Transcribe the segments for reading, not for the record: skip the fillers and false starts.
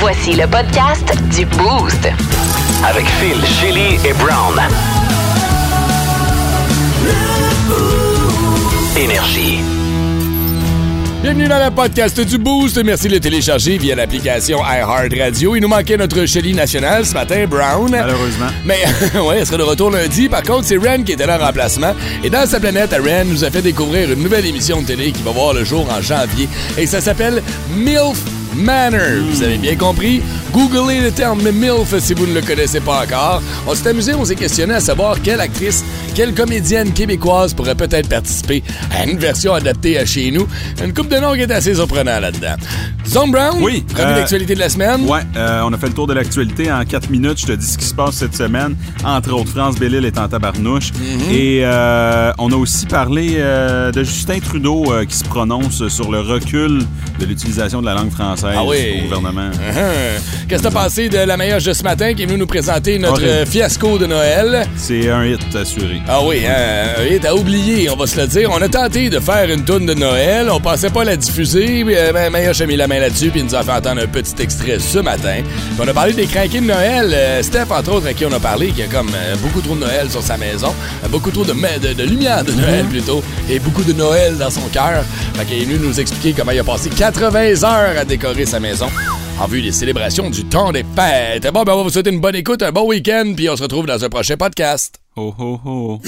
Voici le podcast du Boost. Avec Phil, Shelly et Brown. Énergie. Bienvenue dans le podcast du Boost. Merci de le télécharger via l'application iHeartRadio. Il nous manquait notre Shelly nationale ce matin, Brown. Malheureusement. Mais ouais, elle sera de retour lundi. Par contre, c'est Ren qui était là en remplacement. Et dans sa planète, Ren nous a fait découvrir une nouvelle émission de télé qui va voir le jour en janvier. Et ça s'appelle MILF Manor. Vous avez bien compris? Googlez le terme MILF si vous ne le connaissez pas encore. On s'est amusé, on s'est questionné à savoir quelle actrice, quelle comédienne québécoise pourrait peut-être participer à une version adaptée à chez nous. Une couple de noms qui est assez surprenant là-dedans. Zone Brown? Oui. Revue d'actualité de la semaine? Ouais, on a fait le tour de l'actualité en 4 minutes. Je te dis ce qui se passe cette semaine. Entre autres, France Bellil est en tabarnouche. Et on a aussi parlé de Justin Trudeau qui se prononce sur le recul de l'utilisation de la langue française au gouvernement. Qu'est-ce que t'as pensé de la meilleure de ce matin qui est venue nous présenter notre fiasco de Noël? C'est un hit assuré. Ah oui, un hit à oublier, on va se le dire. On a tenté de faire une toune de Noël, on pensait pas la diffuser, mais Meilleur a mis la main là-dessus puis il nous a fait entendre un petit extrait ce matin. Puis on a parlé des crinqués de Noël. Steph, entre autres, à qui on a parlé, qui a comme beaucoup trop de Noël sur sa maison, beaucoup trop de lumière de Noël plutôt, et beaucoup de Noël dans son cœur. Fait qu'il est venu nous expliquer comment il a passé 80 heures à décorer sa maison en vue des célébrations du temps des fêtes. Bon, ben on va vous souhaiter une bonne écoute, un bon week-end, puis on se retrouve dans un prochain podcast. Oh, oh, oh.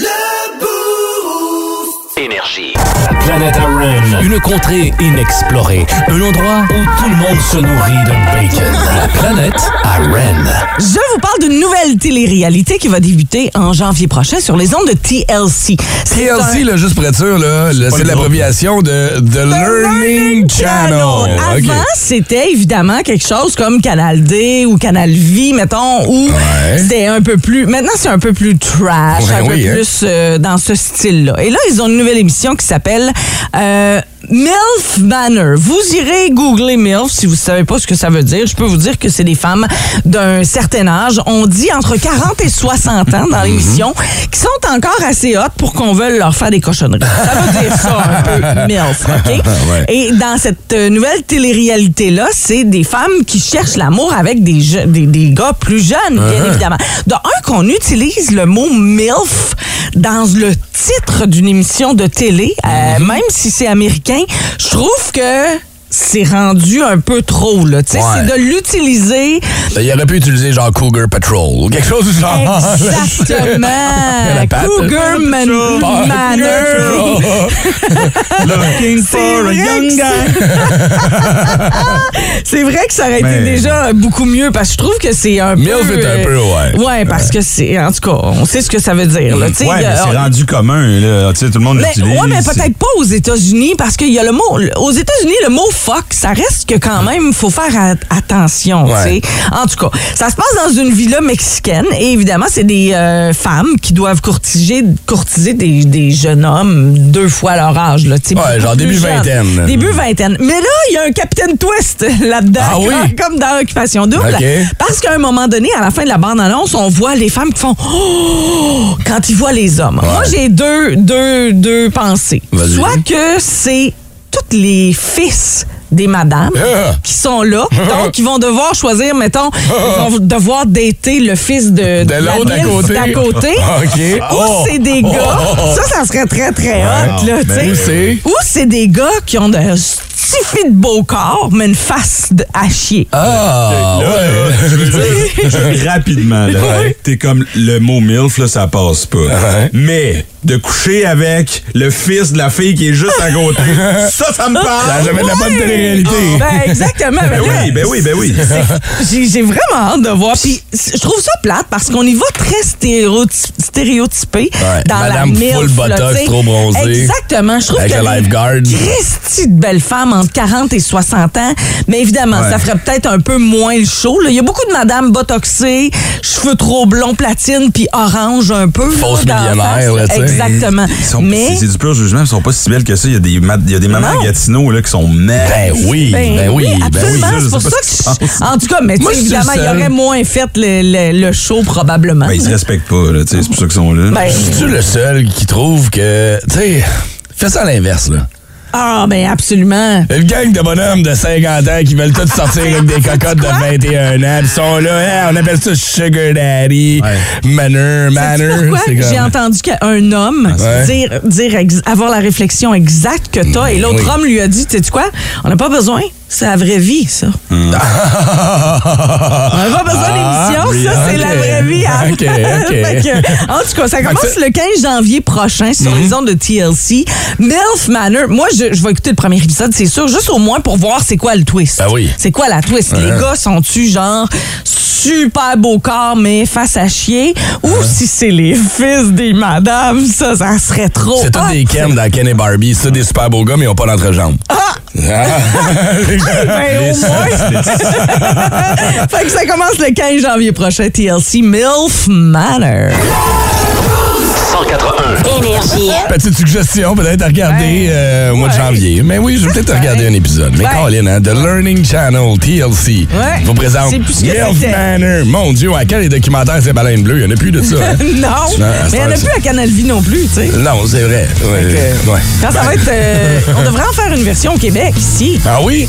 Énergie. La planète Aren. Une contrée inexplorée. Un endroit où tout le monde se nourrit de bacon. La planète Aren. Je vous parle d'une nouvelle télé-réalité qui va débuter en janvier prochain sur les ondes de TLC. TLC, là, juste pour être sûr, c'est l'abréviation de The Learning Channel. Avant, c'était évidemment quelque chose comme Canal D ou Canal Vie, mettons, où c'était un peu plus... Maintenant, c'est un peu plus trash, plus dans ce style-là. Et là, ils ont une nouvelle émission qui s'appelle MILF Manor. Vous irez googler MILF si vous ne savez pas ce que ça veut dire. Je peux vous dire que c'est des femmes d'un certain âge. On dit entre 40 et 60 ans dans l'émission qui sont encore assez hot pour qu'on veuille leur faire des cochonneries. Ça veut dire ça un peu, MILF, OK? Et dans cette nouvelle télé-réalité-là, c'est des femmes qui cherchent l'amour avec des gars plus jeunes, bien évidemment. De un, qu'on utilise le mot MILF dans le titre d'une émission de télé, même si c'est américain, je trouve que c'est rendu un peu trop, là. Tu sais, c'est de l'utiliser. Il aurait pu utiliser genre Cougar Patrol ou quelque chose du genre. Exactement. Cougar Manor. Looking for a young guy. C'est vrai que ça aurait été déjà beaucoup mieux parce que je trouve que c'est un peu... MILF est un peu, Ouais, parce que c'est... En tout cas, on sait ce que ça veut dire, là. Ouais, mais c'est rendu commun, là. Tu sais, tout le monde l'utilise. Ouais, mais peut-être pas aux États-Unis parce qu'il y a le mot... Aux États-Unis, le mot fuck, ça reste que quand même, il faut faire attention, tu sais. En tout cas, ça se passe dans une villa mexicaine et évidemment, c'est des femmes qui doivent courtiser des jeunes hommes 2 fois leur âge, là, tu sais. Ouais, genre début vingtaine. Début vingtaine. Mais là, il y a un Capitaine Twist là-dedans. Ah oui? Comme dans Occupation Double. Okay. Parce qu'à un moment donné, à la fin de la bande-annonce, on voit les femmes qui font oh! Quand ils voient les hommes. Moi, j'ai deux pensées. Vas-y. Soit que c'est tous les fils des madames qui sont là. Donc, ils vont devoir choisir, mettons, ils vont devoir dater le fils de l'autre d'à côté. Okay. Ou c'est des gars. Ça serait très, très hot, là, tu sais. Ou c'est des gars qui ont de stifi de beau corps, mais une face à chier. Je veux dire, rapidement, là, t'es comme le mot MILF, là, ça passe pas. Mais de coucher avec le fils de la fille qui est juste à côté, ça me parle. Ça n'a jamais de la bonne télé-réalité. Ben, exactement. Ben oui. J'ai vraiment hâte de voir. Puis je trouve ça plate parce qu'on y va très stéréotypé dans Madame la MILF. Full botox, trop bronzée. Exactement. Je trouve avec que le lifeguard. Christy de belles femmes entre 40 et 60 ans. Mais évidemment, ça ferait peut-être un peu moins le show. Là. Il y a beaucoup de madames botoxées, cheveux trop blonds, platine, puis orange un peu. Fausse millionnaire, là, tu sais. Exactement. Mais c'est du pur jugement, ils sont pas si belles que ça. Il y a des mamans à Gatineau là, qui sont Ben oui. Absolument. C'est pour ça que en tout cas, mais évidemment, il aurait moins fait le show probablement. Ben, ils se respectent pas, là, c'est pour ça qu'ils sont là. Je suis le seul qui trouve que, tu sais, fais ça à l'inverse, là. Ah, ben absolument. Une gang de bonhommes de 50 ans qui veulent tous sortir avec des cocottes de 21 ans. Ils sont là, on appelle ça Sugar Daddy, Manner. C'est comme... J'ai entendu qu'un homme avoir la réflexion exacte que t'as, et l'autre homme lui a dit, tu sais quoi, on n'a pas besoin. C'est la vraie vie, ça. On n'a pas besoin d'émission, ça, c'est la vraie vie. OK. En tout cas, ça commence le 15 janvier prochain sur les ondes de TLC. MILF Manor. Moi, je vais écouter le premier épisode, c'est sûr, juste au moins pour voir c'est quoi le twist. Ah oui. C'est quoi la twist? Les gars sont-tu genre super beau corps, mais face à chier? Ou si c'est les fils des madames, ça serait trop. C'est tous des Ken dans Ken et Barbie. C'est des super beaux gars, mais ils n'ont pas d'entrejambe. Ben, au moins. Fait que ça commence le 15 janvier prochain, TLC MILF Manor. 181. Énergie. Petite suggestion, peut-être à regarder au mois de janvier. Mais oui, je vais peut-être regarder un épisode. Mais Colin, hein, The Learning Channel, TLC, vous présente MILF Manor. Mon Dieu, à quel documentaire c'est Baleine Bleue? Il n'y en a plus de ça. Hein? Non, mais il n'y en a plus à Canal Vie non plus, tu sais. Non, c'est vrai. Quand ça va être... on devrait en faire une version au Québec, ici. Ah oui?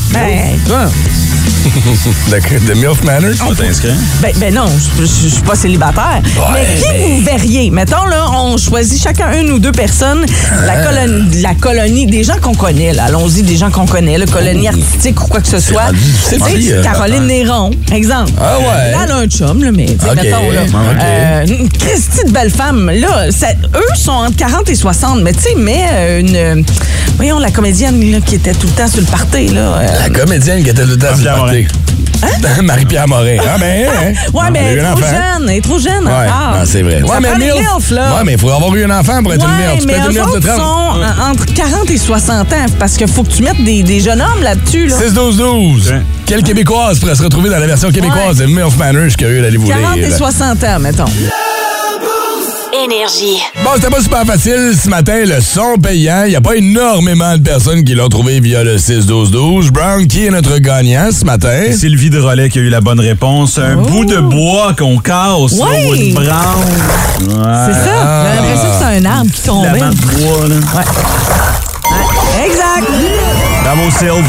De MILF Manor? Tu vas t'inscrire? Ben non, je suis pas célibataire. Mais qui vous verriez? Mettons, là, on choisit chacun une ou deux personnes, la colonie, des gens qu'on connaît, là. Allons-y, des gens qu'on connaît, la colonie artistique ou quoi que ce soit. Caroline Néron, exemple. Ah ouais? Là, elle a un chum, là, mais mettons, là. Christy de belle femme, là, eux sont entre 40 et 60, mais tu sais, voyons, la comédienne là, qui était tout le temps sur le party, là. La comédienne qui était tout le temps sur le party. Marie-Pierre Morin. Ah ben, ouais, mais elle est trop jeune encore. C'est vrai. Ouais, mais MILF, là. Ouais, mais il faut avoir eu un enfant pour être une MILF. Tu peux être une MILF de 30. Sont entre 40 et 60 ans, parce qu'il faut que tu mettes des jeunes hommes là-dessus, là. 6-12-12. Quelle Québécoise pourrait se retrouver dans la version québécoise de MILF Manor? Je suis curieux d'aller vous lire. 40 et 60 ans, mettons. Énergie. Bon, c'était pas super facile ce matin, le son payant. Il n'y a pas énormément de personnes qui l'ont trouvé via le 6-12-12. Brown, qui est notre gagnant ce matin? Sylvie de Relais qui a eu la bonne réponse. Un bout de bois qu'on casse sur une branche. C'est ça. J'ai l'impression que c'est un arbre qui tombait. La de bois, là. Ouais. Exact. Bravo, Sylvie.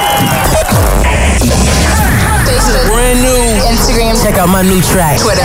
Brand new. Instagram. Check out my new track. Twitter.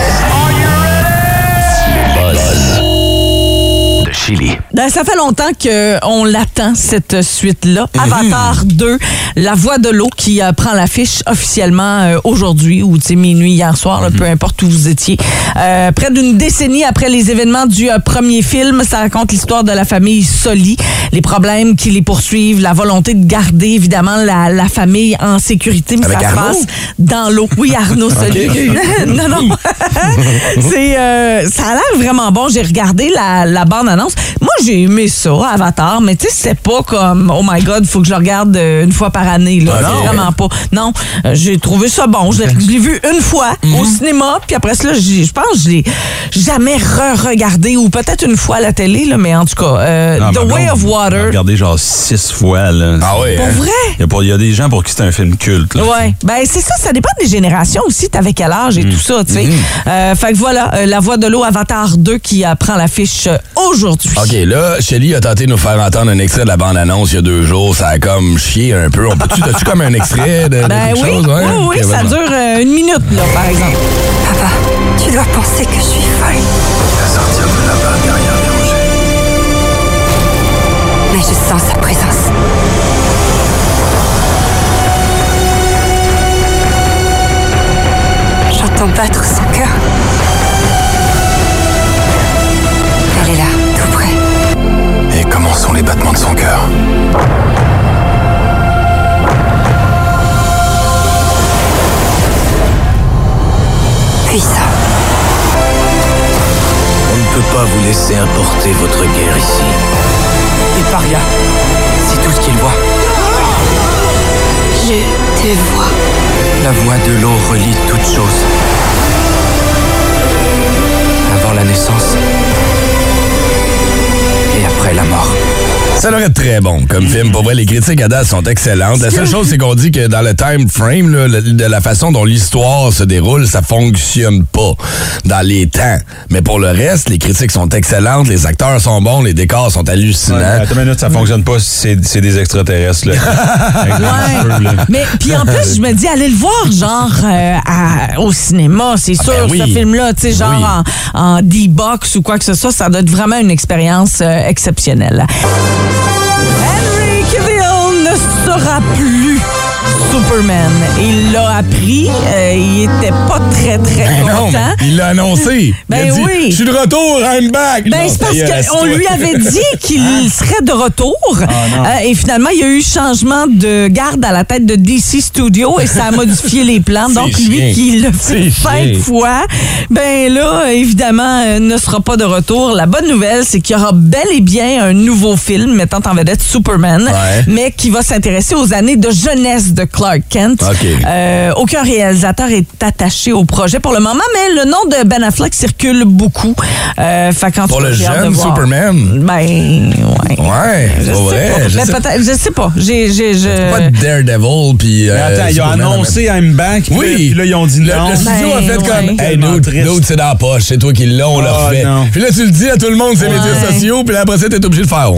De Chili. Ben, ça fait longtemps qu'on l'attend, cette suite-là. Avatar 2, La Voix de l'eau, qui prend l'affiche officiellement aujourd'hui, ou minuit hier soir, là, peu importe où vous étiez. Près d'une décennie après les événements du premier film, ça raconte l'histoire de la famille Sully, les problèmes qui les poursuivent, la volonté de garder, évidemment, la famille en sécurité, mais avec ça se Arnaud? passe dans l'eau. Oui, Arnaud Sully. Non. Ça a l'air vraiment bon. J'ai regardé la bande-annonce. Moi, j'ai aimé ça, Avatar, mais tu sais, c'est pas comme, oh my God, faut que je le regarde une fois par année. Là. C'est vraiment pas. Non, j'ai trouvé ça bon. Je l'ai vu une fois au cinéma, puis après cela, je pense que je l'ai jamais re-regardé, ou peut-être une fois à la télé, là, mais en tout cas, The Way of Water. J'ai regardé genre 6 fois. Là. Ah oui? Pour vrai? Il y a des gens pour qui c'est un film culte. Là. Ouais. Ben, c'est ça dépend des générations aussi. T'avais quel âge et tout ça, tu sais. Fait que voilà, La Voix de l'eau, Avatar 2 qui prend l'affiche aujourd'hui. OK, là, Shelly a tenté de nous faire entendre un extrait de la bande-annonce il y a 2 jours. Ça a comme chié un peu. T'as-tu comme un extrait de quelque chose? Ouais? Oui, okay, ça dure 1 minute, là, par exemple. Papa, tu dois penser que je suis folle. À sortir de là-bas derrière les rochers. Mais je sens sa présence. J'entends battre son cœur. Elle est là, tout près. Et comment sont les battements de son cœur? Puissant. On ne peut pas vous laisser importer votre guerre ici. Et Paria, c'est tout ce qu'il voit. Je te vois. La voix de l'eau relie toutes choses. Avant la naissance et après la mort. Ça devrait être très bon comme film. Pour vrai, les critiques à date sont excellentes. La seule chose, c'est qu'on dit que dans le time frame, là, de la façon dont l'histoire se déroule, ça fonctionne pas dans les temps. Mais pour le reste, les critiques sont excellentes, les acteurs sont bons, les décors sont hallucinants. Ouais, attends une minute, ça fonctionne pas, c'est des extraterrestres. Là. Mais puis en plus, je me dis, allez le voir, genre, au cinéma, c'est sûr, ben oui. ce film-là, tu sais, genre en D-Box ou quoi que ce soit, ça doit être vraiment une expérience exceptionnelle. Henry Cavill ne sera plus Superman. Il l'a appris. Il était pas très content. Non, il l'a annoncé. Ben il a dit, oui. Je suis de retour, I'm back. Ben, c'est parce qu'on lui avait dit qu'il serait de retour. Et finalement, il y a eu changement de garde à la tête de DC Studios et ça a modifié les plans. Donc, lui qui l'a fait 5 fois, ben là, évidemment, ne sera pas de retour. La bonne nouvelle, c'est qu'il y aura bel et bien un nouveau film mettant en vedette Superman, mais qui va s'intéresser aux années de jeunesse de Clark Kent. Aucun réalisateur est attaché au projet pour le moment, mais le nom de Ben Affleck circule beaucoup. Pour le jeune Superman? Ben, ouais. Ouais, c'est vrai. Je sais pas. Pas de Daredevil, puis... attends, ils ont annoncé I'm back, puis là, ils ont dit non. Le studio a fait comme, hey, d'autres, c'est dans la poche, c'est toi qui l'as, on l'a refait. Puis là, tu le dis à tout le monde, c'est les médias sociaux, puis là, après ça, t'es obligé de faire,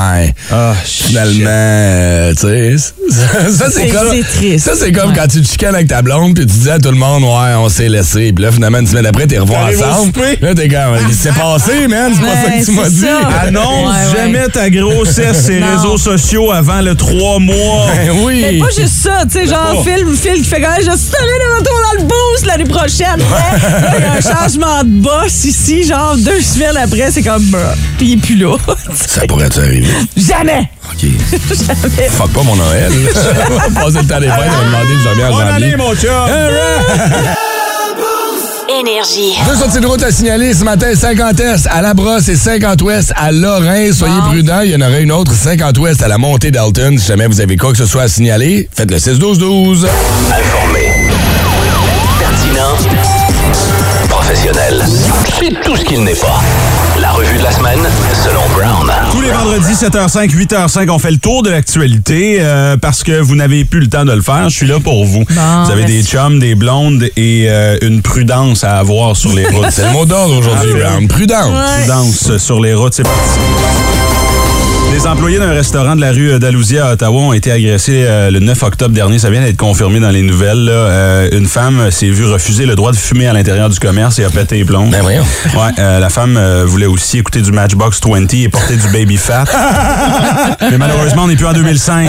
finalement, tu sais, ça, c'est comme... Ça, c'est comme quand tu te chicanes avec ta blonde puis tu dis à tout le monde, on s'est laissé. Puis là, finalement, une semaine après, t'es revu ensemble. Là, t'es comme, qu'est-ce qui s'est passé, man? C'est pas ça que tu m'as dit. Annonce jamais ta grossesse sur les réseaux sociaux avant le 3 mois. Oui. C'est pas juste ça, tu sais, genre, Phil qui fait quand même, je serai de retour dans le boost l'année prochaine. Il y a un changement de boss ici, genre, 2 semaines après, c'est comme, puis il est plus là. Ça pourrait-tu arriver? Jamais! OK. Fuck pas mon Noël. On va passer le temps des fêtes, on va demander le janvier en janvier. Bonne année, mon chum! Énergie. 2 sorties de route à signaler ce matin, 50 Est à La Brosse et 50 Ouest à Lorrain. Soyez prudents, il y en aura une autre 50 Ouest à la montée d'Alton. Si jamais vous avez quoi que ce soit à signaler, faites le 6-12-12. Informé. Pertinent. Professionnel. C'est tout ce qu'il n'est pas. La revue de la semaine, selon Brown. Tous les vendredis, 7h05, 8h05, on fait le tour de l'actualité parce que vous n'avez plus le temps de le faire. Je suis là pour vous. Vous avez des chums, des blondes et une prudence à avoir sur les routes. C'est le mot d'ordre aujourd'hui, Brown. Prudence. Prudence sur les routes, c'est parti. Les employés d'un restaurant de la rue d'Alousia à Ottawa ont été agressés le 9 octobre dernier. Ça vient d'être confirmé dans les nouvelles. Là. Une femme s'est vue refuser le droit de fumer à l'intérieur du commerce et a pété les plombs. Ben voyons. Ouais, la femme voulait aussi écouter du Matchbox 20 et porter du Baby Fat. Mais malheureusement, on n'est plus en 2005.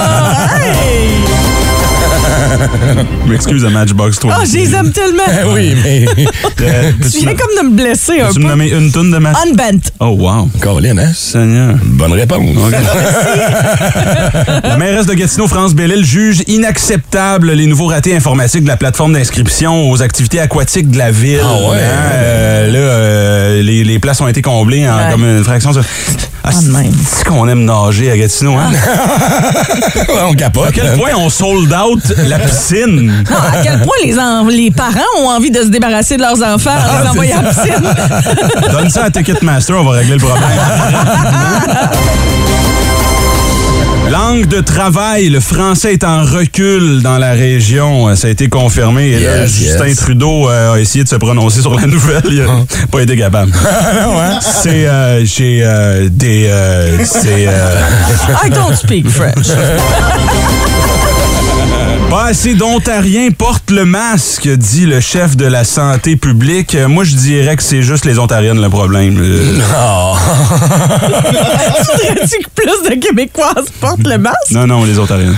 M'excuse à Matchbox 20. Oh, je les aime tellement. Oui, mais... Tu viens comme de me blesser un peu. Tu me nommer une toune de Match... Unbent. Oh, wow. Caroline, hein? Seigneur. Bonne réponse. Okay. La mairesse de Gatineau, France Bellil, juge inacceptable les nouveaux ratés informatiques de la plateforme d'inscription aux activités aquatiques de la ville. Ah ouais? Les places ont été comblées en comme une fraction de... c'est qu'on aime nager à Gatineau, hein? On capote. À quel point on sold out la piscine? Non, à quel point les parents ont envie de se débarrasser de leurs enfants en les envoyant à la piscine. Donne ça à Ticketmaster, on va régler le problème. Langue de travail, le français est en recul dans la région. Ça a été confirmé. Et là, Justin Trudeau a essayé de se prononcer sur la nouvelle. Il n'a pas été capable. C'est... I don't speak French. Pas assez d'Ontariens portent le masque, dit le chef de la santé publique. Moi, je dirais que c'est juste les Ontariennes le problème. Voudrais-tu que plus de Québécoises portent le masque? Non, les Ontariennes.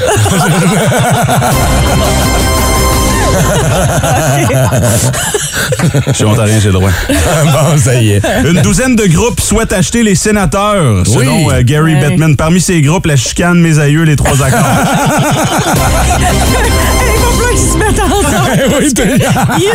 Je suis ontarien, j'ai le droit. Bon, ça y est. Une douzaine de groupes souhaitent acheter les sénateurs, selon Gary Bettman. Parmi ces groupes, la chicane, mes aïeux, les 3 accords. Il va falloir qu'ils se mettent ensemble.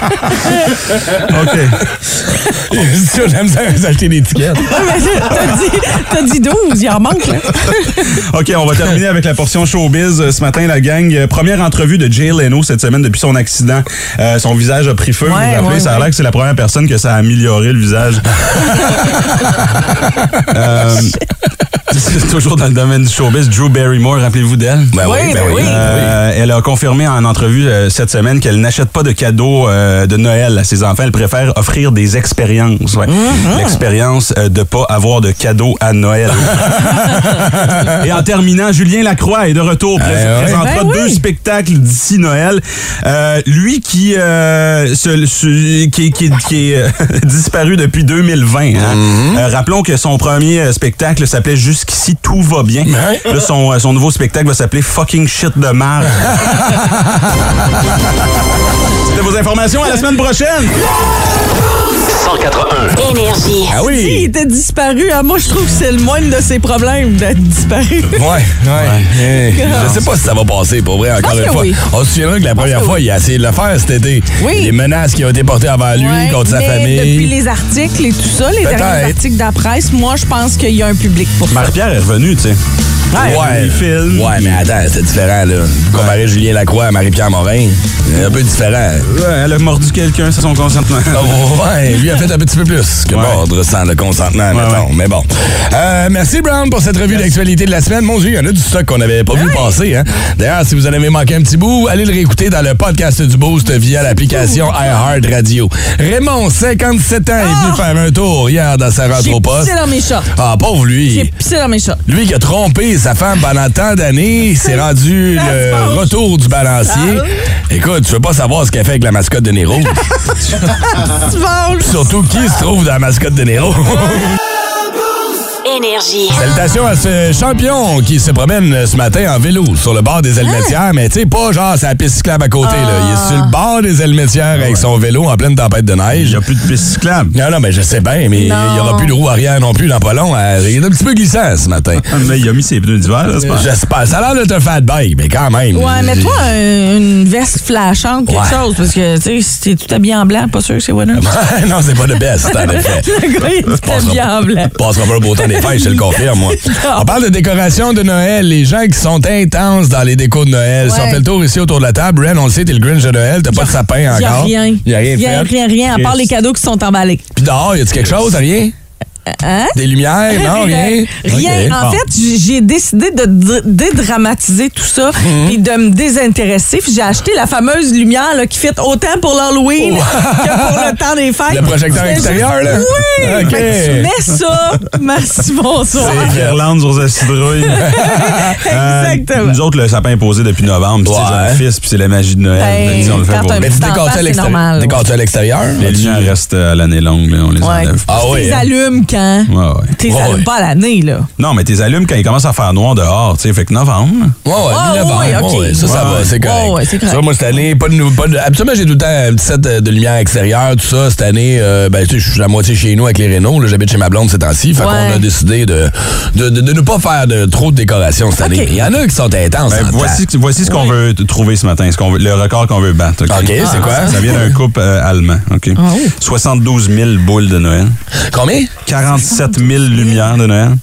OK. J'aime ça s'acheter des tickets. T'as dit 12, il en manque, là. OK, on va terminer avec la portion showbiz ce matin, la gang. Première entrevue de Jay Leno cette semaine depuis son accident. Son visage a pris feu. Vous vous rappelez, ça a l'air que c'est la première personne que ça a amélioré le visage. C'est toujours dans le domaine du showbiz. Drew Barrymore, rappelez-vous d'elle? Ben oui. Elle a confirmé en entrevue cette semaine qu'elle n'achète pas de cadeaux de Noël à ses enfants. Elle préfère offrir des expériences. Ouais. L'expérience de pas avoir de cadeaux à Noël. Et en terminant, Julien Lacroix est de retour. Présentera 2 spectacles d'ici Noël. Lui qui est disparu depuis 2020. Hein. Rappelons que son premier spectacle s'appelait Jusqu'ici, tout va bien. Là, son nouveau spectacle va s'appeler Fucking Shit de Marde. C'était vos informations. À la semaine prochaine. 181. Énergie. Ah oui. Il était disparu. Ah, moi, je trouve que c'est le moindre de ses problèmes d'être disparu. Ouais. Je sais pas si ça va passer, pour vrai, encore une fois. Oui. On se souviendra que la première fois, il a essayé de le faire cet été. Oui. Les menaces qui ont été portées envers lui, contre sa famille. Depuis les articles et tout ça, les derniers articles de la presse, moi, je pense qu'il y a un public pour ça. Marie-Pierre est revenue, tu sais. Ouais, film. Ouais, mais attends, c'est différent, là. Comparer Julien Lacroix à Marie-Pierre Morin, c'est un peu différent. Ouais, elle a mordu quelqu'un sans son consentement. Ouais, lui a fait un petit peu plus que mordre sans le consentement, mettons. Mais bon. Merci, Brown, pour cette revue d'actualité de la semaine. Mon Dieu, il y en a du stock qu'on n'avait pas vu passer. Hein? D'ailleurs, si vous en avez manqué un petit bout, allez le réécouter dans le podcast du Boost via l'application iHeart Radio. Raymond, 57 ans, est venu faire un tour hier dans sa rentre au poste. J'ai pissé dans mes chats. Ah, pauvre lui. J'ai pissé dans mes chats. Lui qui a trompé sa femme pendant tant d'années, c'est rendu le retour du balancier. Écoute, tu veux pas savoir ce qu'elle fait avec la mascotte de Nero. Surtout qui se trouve dans la mascotte de Nero. Énergie. Salutations à ce champion qui se promène ce matin en vélo sur le bord des Helmetières, mais tu sais, pas genre c'est la piste cyclable à côté. Là. Il est sur le bord des Helmetières avec son vélo en pleine tempête de neige. Il n'y a plus de piste cyclable. Non, mais je sais bien, mais il n'y aura plus de roue arrière non plus dans pas long. Il est un petit peu glissant ce matin. Mais il a mis ses pneus d'hiver, là, c'est pas. J'espère. Ça a l'air d'être un fat bike, mais quand même. Ouais, mets-toi une veste flashante, quelque chose, parce que, tu sais, si t'es tout habillé en blanc, pas sûr que c'est winner. Non, c'est pas de best, en effet. Le gars, il est tout habillé en blanc. Passera pas le beau temps des fêtes, je te le confirme, moi. On parle de décoration de Noël. Les gens qui sont intenses dans les décos de Noël. Si on fait le tour ici autour de la table, Ren, on le sait, t'es le Grinch de Noël, t'as pas de sapin encore. Il y a rien. Il y a rien. Rien, à part les cadeaux qui sont emballés. Puis dehors, y a-tu quelque chose? Rien? Hein? Des lumières? Non, rien? Rien. Okay. En fait, j'ai décidé de dédramatiser tout ça puis de me désintéresser. Puis j'ai acheté la fameuse lumière là, qui fit autant pour l'Halloween que pour le temps des fêtes. Le projecteur extérieur, là? Oui! Okay. Fait que tu mets ça. Merci, bonsoir. C'est Irlande sur sa citrouille. Exactement. Nous autres, le sapin est posé depuis novembre. Puis j'ai un fils, puis c'est la magie de Noël. On le fait pour mais tu décores-tu à l'extérieur? Les lumières restent à l'année longue. Là, on les enlève. Ah oui. Tu les allumes quand? T'es allumes pas à l'année, là. Non, mais t'es allumes quand il commence à faire noir dehors, tu sais, fait que novembre. Mi-novembre. Okay. Ça va, c'est correct. C'est correct. Ça, moi, cette année, absolument, j'ai tout le temps un petit set de lumière extérieure, tout ça. Cette année, tu sais, je suis la moitié chez nous avec les Renault. J'habite chez ma blonde ces temps-ci. Fait qu'on a décidé de ne pas faire trop de décoration cette année. Il y en a qui sont intenses. Voici ce qu'on veut trouver ce matin, le record qu'on veut battre. OK, c'est quoi? Ça vient d'un couple allemand. OK. 72 000 boules de Noël. Combien? 47 000 lumières de Noël.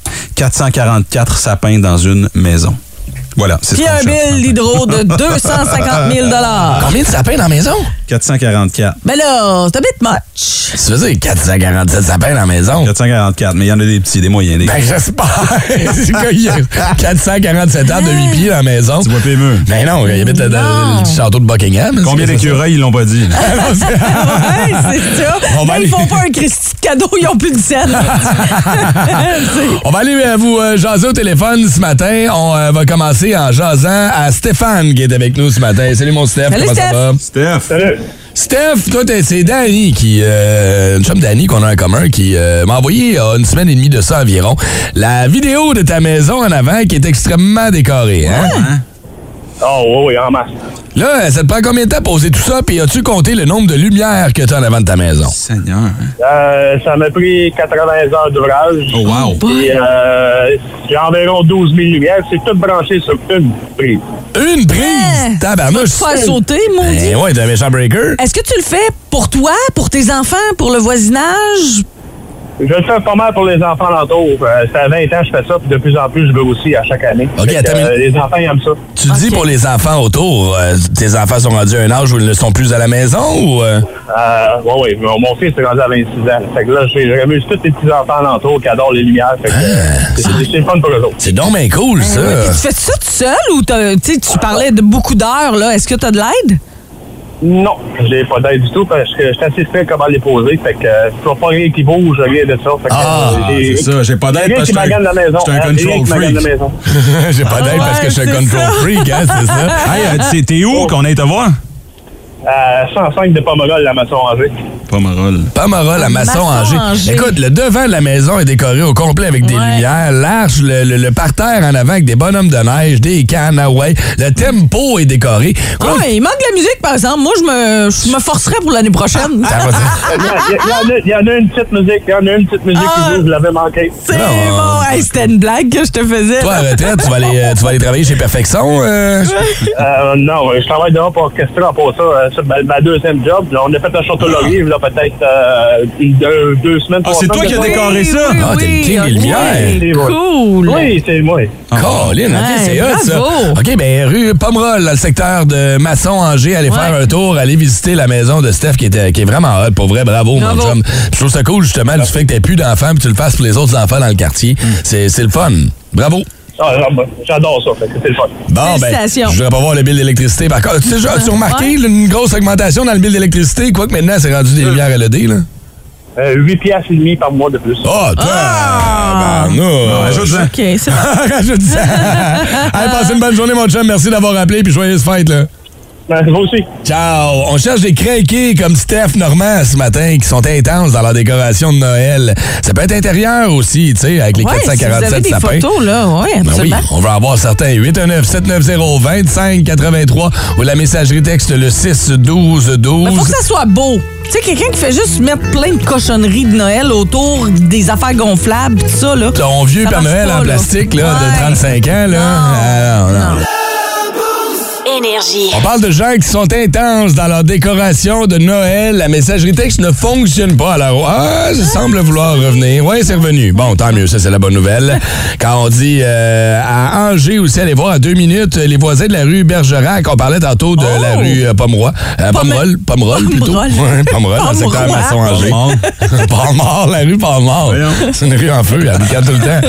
444 sapins dans une maison. Voilà, c'est puis un bill d'hydro de 250 000 Combien de sapins dans la maison? 444. Ben là, c'est un bit much. Tu veux dire 447 sapins dans la maison? 444, mais il y en a des petits, des moyens. Des... Ben, j'espère. Il y a 447 ans de 8 pieds dans la maison. Tu vois PME. Ben non, il habite le château de Buckingham. Combien d'écureuils, ils l'ont pas dit? Ouais, c'est ça. Ils font pas un Christy de cadeau, ils ont plus de scène. On va aller vous jaser au téléphone ce matin. On va commencer en jasant à Stéphane qui est avec nous ce matin. Salut mon Steph, salut comment Steph. ça va? Steph. Salut. Steph, toi, c'est Danny qui, une chum Danny qu'on a en commun qui m'a envoyé une semaine et demie de ça environ la vidéo de ta maison en avant qui est extrêmement décorée. Hein? Oh oui, en masse. Là, ça te prend combien de temps pour poser tout ça? Puis as-tu compté le nombre de lumières que tu as en avant de ta maison? Seigneur. Ça m'a pris 80 heures d'ouvrage. Oh wow. Puis j'ai environ 12 000 lumières. C'est tout branché sur une prise. Une prise? Tabarnouche. Faut sauter, maudit. Ben ouais, t'es un méchant breaker. Est-ce que tu le fais pour toi, pour tes enfants, pour le voisinage? Je le fais pas mal pour les enfants alentours. Ça fait 20 ans que je fais ça, puis de plus en plus, je grossis à chaque année. OK, les enfants ils aiment ça. Tu dis pour les enfants autour, tes enfants sont rendus à un âge où ils ne sont plus à la maison ou... Oui. Mon fils est rendu à 26 ans. Fait que là, j'ai remis tous les petits-enfants alentours qui adorent les lumières. Fait que c'est le fun pour eux autres. C'est donc bien cool, ça. Tu fais ça tout seul ou tu parlais de beaucoup d'heures, là? Est-ce que tu as de l'aide? Non, j'ai pas d'aide du tout parce que je suis assez fait comment les poser. Fait que je vois pas rien qui bouge, rien de ça. Fait que, c'est ça. J'ai pas d'aide parce que je suis un control freak. J'ai pas d'aide parce que je suis un control freak, hein, c'est ça? Hey, t'es où qu'on aille te voir? 105 de Pomerol, la Masson-Angers. Pomerol, à Masson-Angers. Écoute, le devant de la maison est décoré au complet avec des lumières. L'arche, le parterre en avant avec des bonhommes de neige, des cannes, le tempo est décoré. Il manque de la musique, par exemple. Moi, je me forcerais pour l'année prochaine. Il y en a une petite musique. qui joue, je l'avais manqué. C'est bon. Hey, c'était une blague que je te faisais. Toi, à retraite, tu vas aller travailler chez Perfection? Non, je travaille dehors pour orchestrer pour ça. C'est ma deuxième job. Là, on a fait un château laurier, là, peut-être 2 semaines. C'est toi qui as décoré ça? T'es le king des lumières. Cool. Oui, c'est moi. Colin, c'est hot, ça. OK, ben rue Pomerol, dans le secteur de Masson-Angers, allez faire un tour, allez visiter la maison de Steph qui est vraiment hot. Pour vrai, bravo, mon chum. Je trouve ça cool, justement, du fait que t'aies plus d'enfants puis tu le fasses pour les autres enfants dans le quartier. C'est le fun. Bravo. J'adore ça, c'est le fun. Bon, ben, je voudrais pas voir le bill d'électricité. Par contre, tu as remarqué une grosse augmentation dans le bill d'électricité, quoique maintenant, c'est rendu des lumières LED, là? 8 piastres et demi par mois de plus. Rajoute-en. OK, c'est bon. Rajoute-en. Allez, passez une bonne journée, mon chum. Merci d'avoir appelé, puis joyeuse fête, là. Vous aussi. Ciao! On cherche des craqués comme Steph Normand ce matin qui sont intenses dans leur décoration de Noël. Ça peut être intérieur aussi, tu sais, avec les 447 si vous avez sapins. des photos, là, absolument. Oui, on va avoir certains. 819-790-2583 ou la messagerie texte le 61212. Il faut que ça soit beau. Tu sais, quelqu'un qui fait juste mettre plein de cochonneries de Noël autour des affaires gonflables, tout ça, là. Ton vieux Père Noël en plastique, là, de 35 ans, là. Non. Énergie. On parle de gens qui sont intenses dans leur décoration de Noël. La messagerie texte ne fonctionne pas. Alors, ça semble vouloir revenir. Oui, c'est revenu. Bon, tant mieux, ça, c'est la bonne nouvelle. Quand on dit à Angers aussi, allez voir à 2 minutes, les voisins de la rue Bergerac. On parlait tantôt de la rue Pomerol plutôt. Pomerol, dans le secteur Masson-Angers. Palmar, la rue Palmar. C'est une rue en feu, elle bicane tout le temps.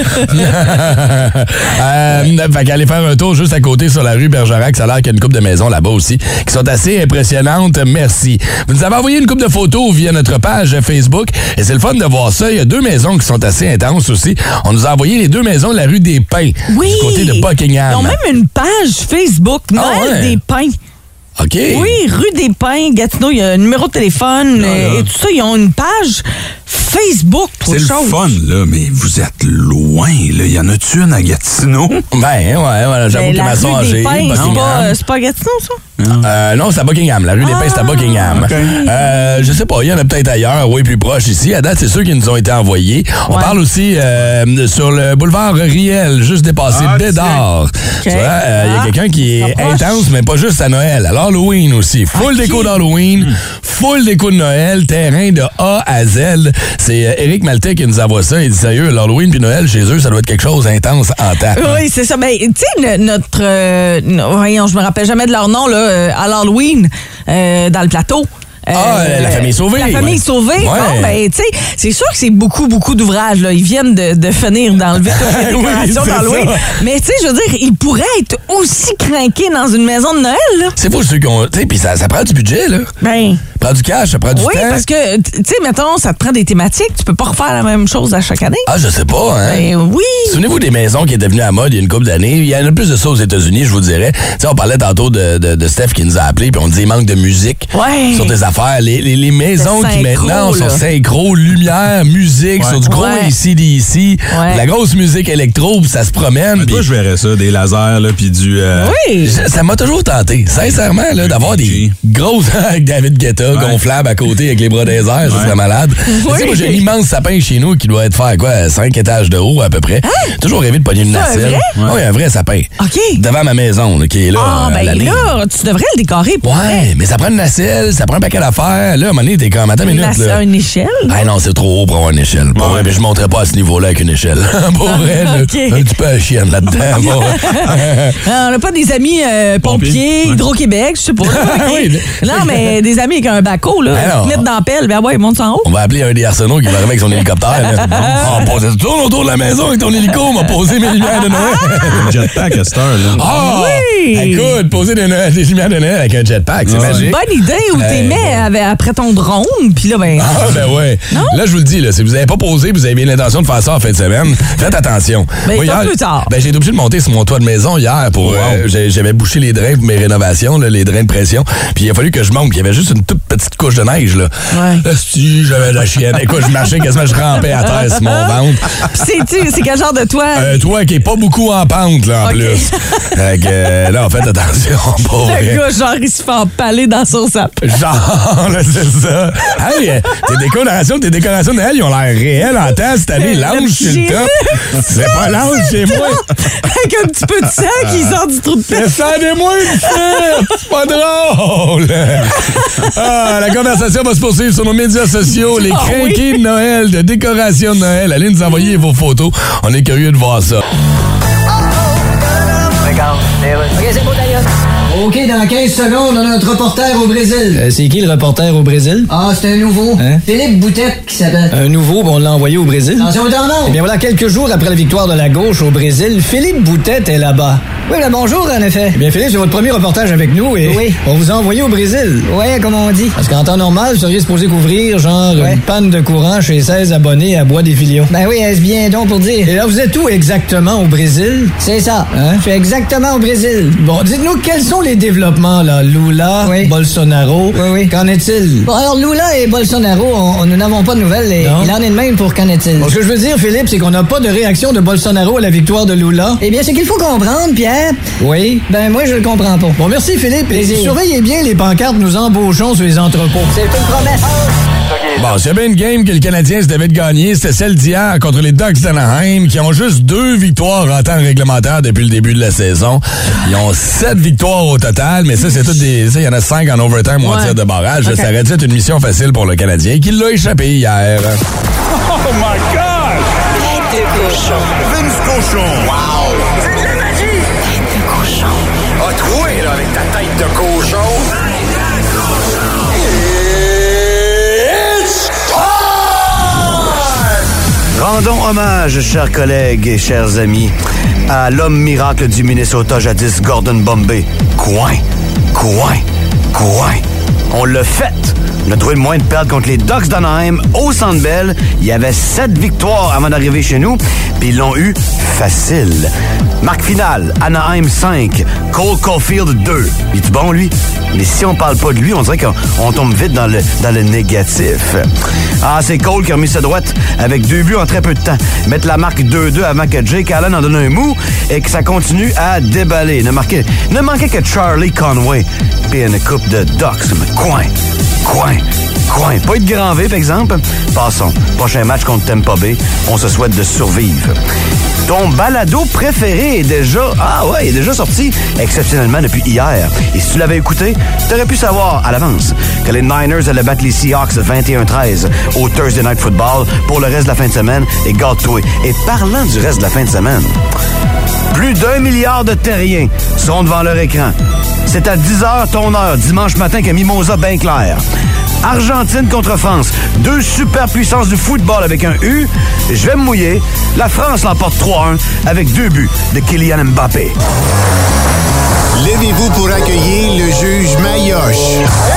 Fait qu'aller faire un tour juste à côté sur la rue Bergerac, ça a l'air qu'il y a une couple de maisons là-bas aussi qui sont assez impressionnantes. Merci. Vous nous avez envoyé une couple de photos via notre page Facebook et c'est le fun de voir ça. Il y a 2 maisons qui sont assez intenses aussi. On nous a envoyé les 2 maisons de la rue des Pins, du côté de Buckingham. Ils ont même une page Facebook, Noël des Pins. OK. Oui, rue des Pins, Gatineau, il y a un numéro de téléphone et tout ça. Ils ont une page Facebook pour c'est le fun, là, mais vous êtes loin, là. Y en a-tu une à Gatineau? Ouais, j'avoue que Masson-Angers, c'est pas Gatineau, ça? Non, c'est à Buckingham. La rue des Pins, c'est à Buckingham. Okay. Je sais pas, il y en a peut-être ailleurs, plus proche ici. À date, c'est ceux qui nous ont été envoyés. On parle aussi sur le boulevard Riel, juste dépassé Bédard. Tu vois, il y a quelqu'un qui est intense, mais pas juste à Noël. À l'Halloween aussi. Full déco d'Halloween, full déco de Noël, terrain de A à Z. C'est Éric Maltais qui nous envoie ça. Il dit sérieux, l'Halloween puis Noël, chez eux, ça doit être quelque chose d'intense en temps. Oui, c'est ça. Ben, tu sais, voyons, je me rappelle jamais de leur nom, là, à l'Halloween, dans le plateau. La famille sauvée. La famille sauvée. Ouais. Bon, ben, tu sais, c'est sûr que c'est beaucoup d'ouvrages, là. Ils viennent de finir d'enlever toutes les décorations d'Halloween. Mais, tu sais, je veux dire, ils pourraient être aussi craqués dans une maison de Noël, là. C'est pour ceux qui ont. Tu sais, puis ça prend du budget, là. Ben. Ça prend du cash, ça prend du temps. Oui, parce que, tu sais, mettons, ça te prend des thématiques. Tu peux pas refaire la même chose à chaque année. Je sais pas, hein. Ben oui. Souvenez-vous des maisons qui étaient devenues à mode il y a une couple d'années. Il y en a plus de ça aux États-Unis, je vous dirais. Tu sais, on parlait tantôt de Steph qui nous a appelés, puis on disait il manque de musique sur des affaires. Les maisons qui maintenant sont synchro, lumière, musique, sur du gros AC/DC, la grosse musique électro, puis ça se promène. Toi, je verrais ça, des lasers, là, puis du... Oui. Ça m'a toujours tenté, sincèrement, là, d'avoir des grosses avec David Guetta. là, gonflable à côté avec les bras des airs, ça serait malade. Tu sais, moi, j'ai un immense sapin chez nous qui doit être faire quoi, 5 étages de haut à peu près. Toujours rêvé de pogner une nacelle. Oui, un vrai sapin. OK. Devant ma maison, là, qui est là. Ah, ben là, tu devrais le décorer pour vrai. Mais ça prend une nacelle, ça prend un paquet d'affaires. Là, à un moment donné, t'es comme, attends une minute. Là. Une échelle? Ah non, c'est trop haut pour avoir une échelle. Pour vrai, mais je monterais pas à ce niveau-là avec une échelle. Pour vrai, un petit peu à chienne là-dedans. On n'a pas des amis pompiers, Hydro-Québec, je sais pas. Non, mais des amis avec un baco, là. Ils mettent dans la pelle. Ben ouais, ils montent en haut. On va appeler un des Arsenault qui va arriver avec son hélicoptère. On posait tout autour de la maison avec ton hélico. On m'a posé mes lumières de Noël. Un jetpack à cette heure-là. Ah! Oui! Écoute, poser des lumières de Noël avec un jetpack, c'est magique. Bonne idée où t'es mets après ton drone, puis là, ben... Ah, ben ouais. Non? Là, je vous le dis, là, si vous n'avez pas posé, vous avez bien l'intention de faire ça en fin de semaine, faites attention. Ben, moi, hier, plus tard. Ben, j'ai été obligé de monter sur mon toit de maison hier pour... j'avais bouché les drains pour mes rénovations, là, les drains de pression, puis il a fallu que je monte, puis il y avait juste une toute petite couche de neige, là. Ouais. Si, j'avais de la chienne. Écoute, je marchais quasiment, je rampais à terre sur mon ventre. C'est quel genre de toit? Toit qui est pas beaucoup en pente, là, en plus. Fait que, là, faites attention, pour vrai. Le gars, genre, il se fait empaler dans son sapin. Genre, là, c'est ça. Hey, tes décorations de Noël, ils ont l'air réelles en temps cette année. L'ange sur le top. C'est pas l'ange chez moi. Avec un petit peu de sang qui sort du trou de pelle. Descendez-moi une fête! C'est pas drôle! La conversation va se poursuivre sur nos médias sociaux. Les crinqués de Noël, de décoration de Noël. Allez nous envoyer vos photos. On est curieux de voir ça. OK, c'est beau, d'ailleurs. OK, dans 15 secondes, on a notre reporter au Brésil. C'est qui le reporter au Brésil? Ah, c'est un nouveau. Hein? Philippe Boutette qui s'appelle. Un nouveau, on l'a envoyé au Brésil. Attention au temps. Eh bien voilà, quelques jours après la victoire de la gauche au Brésil, Philippe Boutette est là-bas. Oui, là, bonjour, en effet. Eh bien, Philippe, c'est votre premier reportage avec nous et on vous a envoyé au Brésil. Oui, comme on dit. Parce qu'en temps normal, vous seriez supposé couvrir, genre, une panne de courant chez 16 abonnés à Bois-des-Filions. Ben oui, est-ce bien donc pour dire. Et là, vous êtes où exactement au Brésil? C'est ça. Hein? Je suis exactement au Brésil. Bon, dites-nous, quels sont les développements, là? Lula, Bolsonaro. Oui. Qu'en est-il? Bon, alors, Lula et Bolsonaro, nous n'avons pas de nouvelles et il en est de même pour qu'en est-il. Bon, ce que je veux dire, Philippe, c'est qu'on n'a pas de réaction de Bolsonaro à la victoire de Lula. Eh bien, ce qu'il faut comprendre, Pierre. Oui. Ben, moi, je le comprends pas. Bon, merci, Philippe. Et surveillez bien les pancartes nous embauchons sur les entrepôts. C'est une promesse. Bon, s'il y avait une game que le Canadien se devait de gagner, c'était celle d'hier contre les Ducks d'Anaheim, qui ont juste 2 victoires en temps réglementaire depuis le début de la saison. Ils ont 7 victoires au total, mais ça, c'est toutes des... Il y en a 5 en overtime ou en tir de barrage. Okay. Ça aurait dû être une mission facile pour le Canadien, qui l'a échappé hier. Oh my God! Tête de cochon. Vince cochon. Wow! C'est de la magie! Tête de cochon. Ah, troué, là, avec ta tête de cochon. Rendons hommage, chers collègues et chers amis, à l'homme miracle du Minnesota jadis, Gordon Bombay. Coin. On l'a fait. On a trouvé le moyen de perdre contre les Ducks d'Anaheim au Centre Bell. Il y avait 7 victoires avant d'arriver chez nous, puis ils l'ont eu facile. Marque finale, Anaheim 5, Cole Caulfield 2. Il est bon, lui? Mais si on parle pas de lui, on dirait qu'on tombe vite dans le négatif. Ah, c'est Cole qui a remis sa droite avec 2 buts en très peu de temps. Mettre la marque 2-2 avant que Jake Allen en donne un mou et que ça continue à déballer. Ne manquait que Charlie Conway puis une coupe de Ducks. Coin. Pas de grand V, par exemple. Passons. Prochain match contre Tampa Bay. On se souhaite de survivre. Ton balado préféré est déjà sorti exceptionnellement depuis hier. Et si tu l'avais écouté, t'aurais pu savoir à l'avance que les Niners allaient battre les Seahawks 21-13 au Thursday Night Football pour le reste de la fin de semaine. Et garde-toi. Et parlant du reste de la fin de semaine, plus d'1 milliard de terriens seront devant leur écran. C'est à 10h ton heure, dimanche matin, qu'à Mimosa bien clair. Argentine contre France. 2 superpuissances du football avec un U. Je vais me mouiller. La France l'emporte 3-1 avec 2 buts de Kylian Mbappé. Levez-vous pour accueillir le juge Mayoche.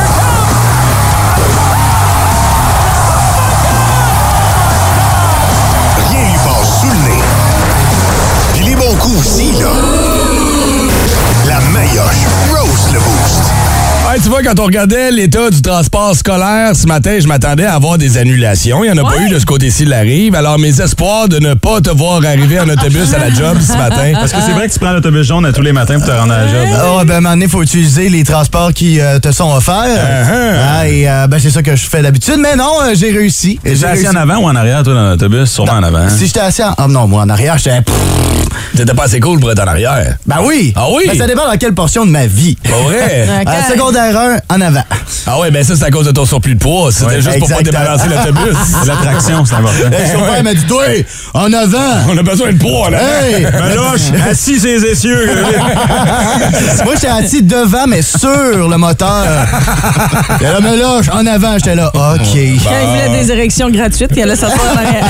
Rien lui passe sous le nez. Puis les bons coups aussi, là. La Mayoche Rose le Boost. Ouais, tu vois, quand on regardait l'état du transport scolaire ce matin, je m'attendais à avoir des annulations. Il n'y en a pas eu de ce côté-ci de la rive. Alors, mes espoirs de ne pas te voir arriver en autobus à la job ce matin. Parce que c'est vrai que tu prends l'autobus jaune à tous les matins pour te rendre à la job. Ah, ben, à un moment donné, il faut utiliser les transports qui te sont offerts. Et c'est ça que je fais d'habitude. Mais non, j'ai réussi. T'es assis en avant ou en arrière, toi, dans l'autobus? Sûrement en avant. Si j'étais assis non, moi, en arrière, j'étais... T'étais pas assez cool pour être en arrière. Ben oui. Ah oui? Ben, ça dépend dans quelle portion de ma vie. Pas vrai? Secondaire 1, en avant. Ah ouais, ben ça, c'est à cause de ton surplus de poids. C'était juste pour pas débalancer l'autobus. L'attraction, c'est important. Le chauffeur m'a dit, toi, en avant. On a besoin de poids, là. Hey! Meloche, assis ses essieux. Moi, j'étais assis devant, mais sur le moteur. Et là, Meloche, en avant, j'étais là, OK. Quand il voulait des érections gratuites, il allait s'asseoir en arrière.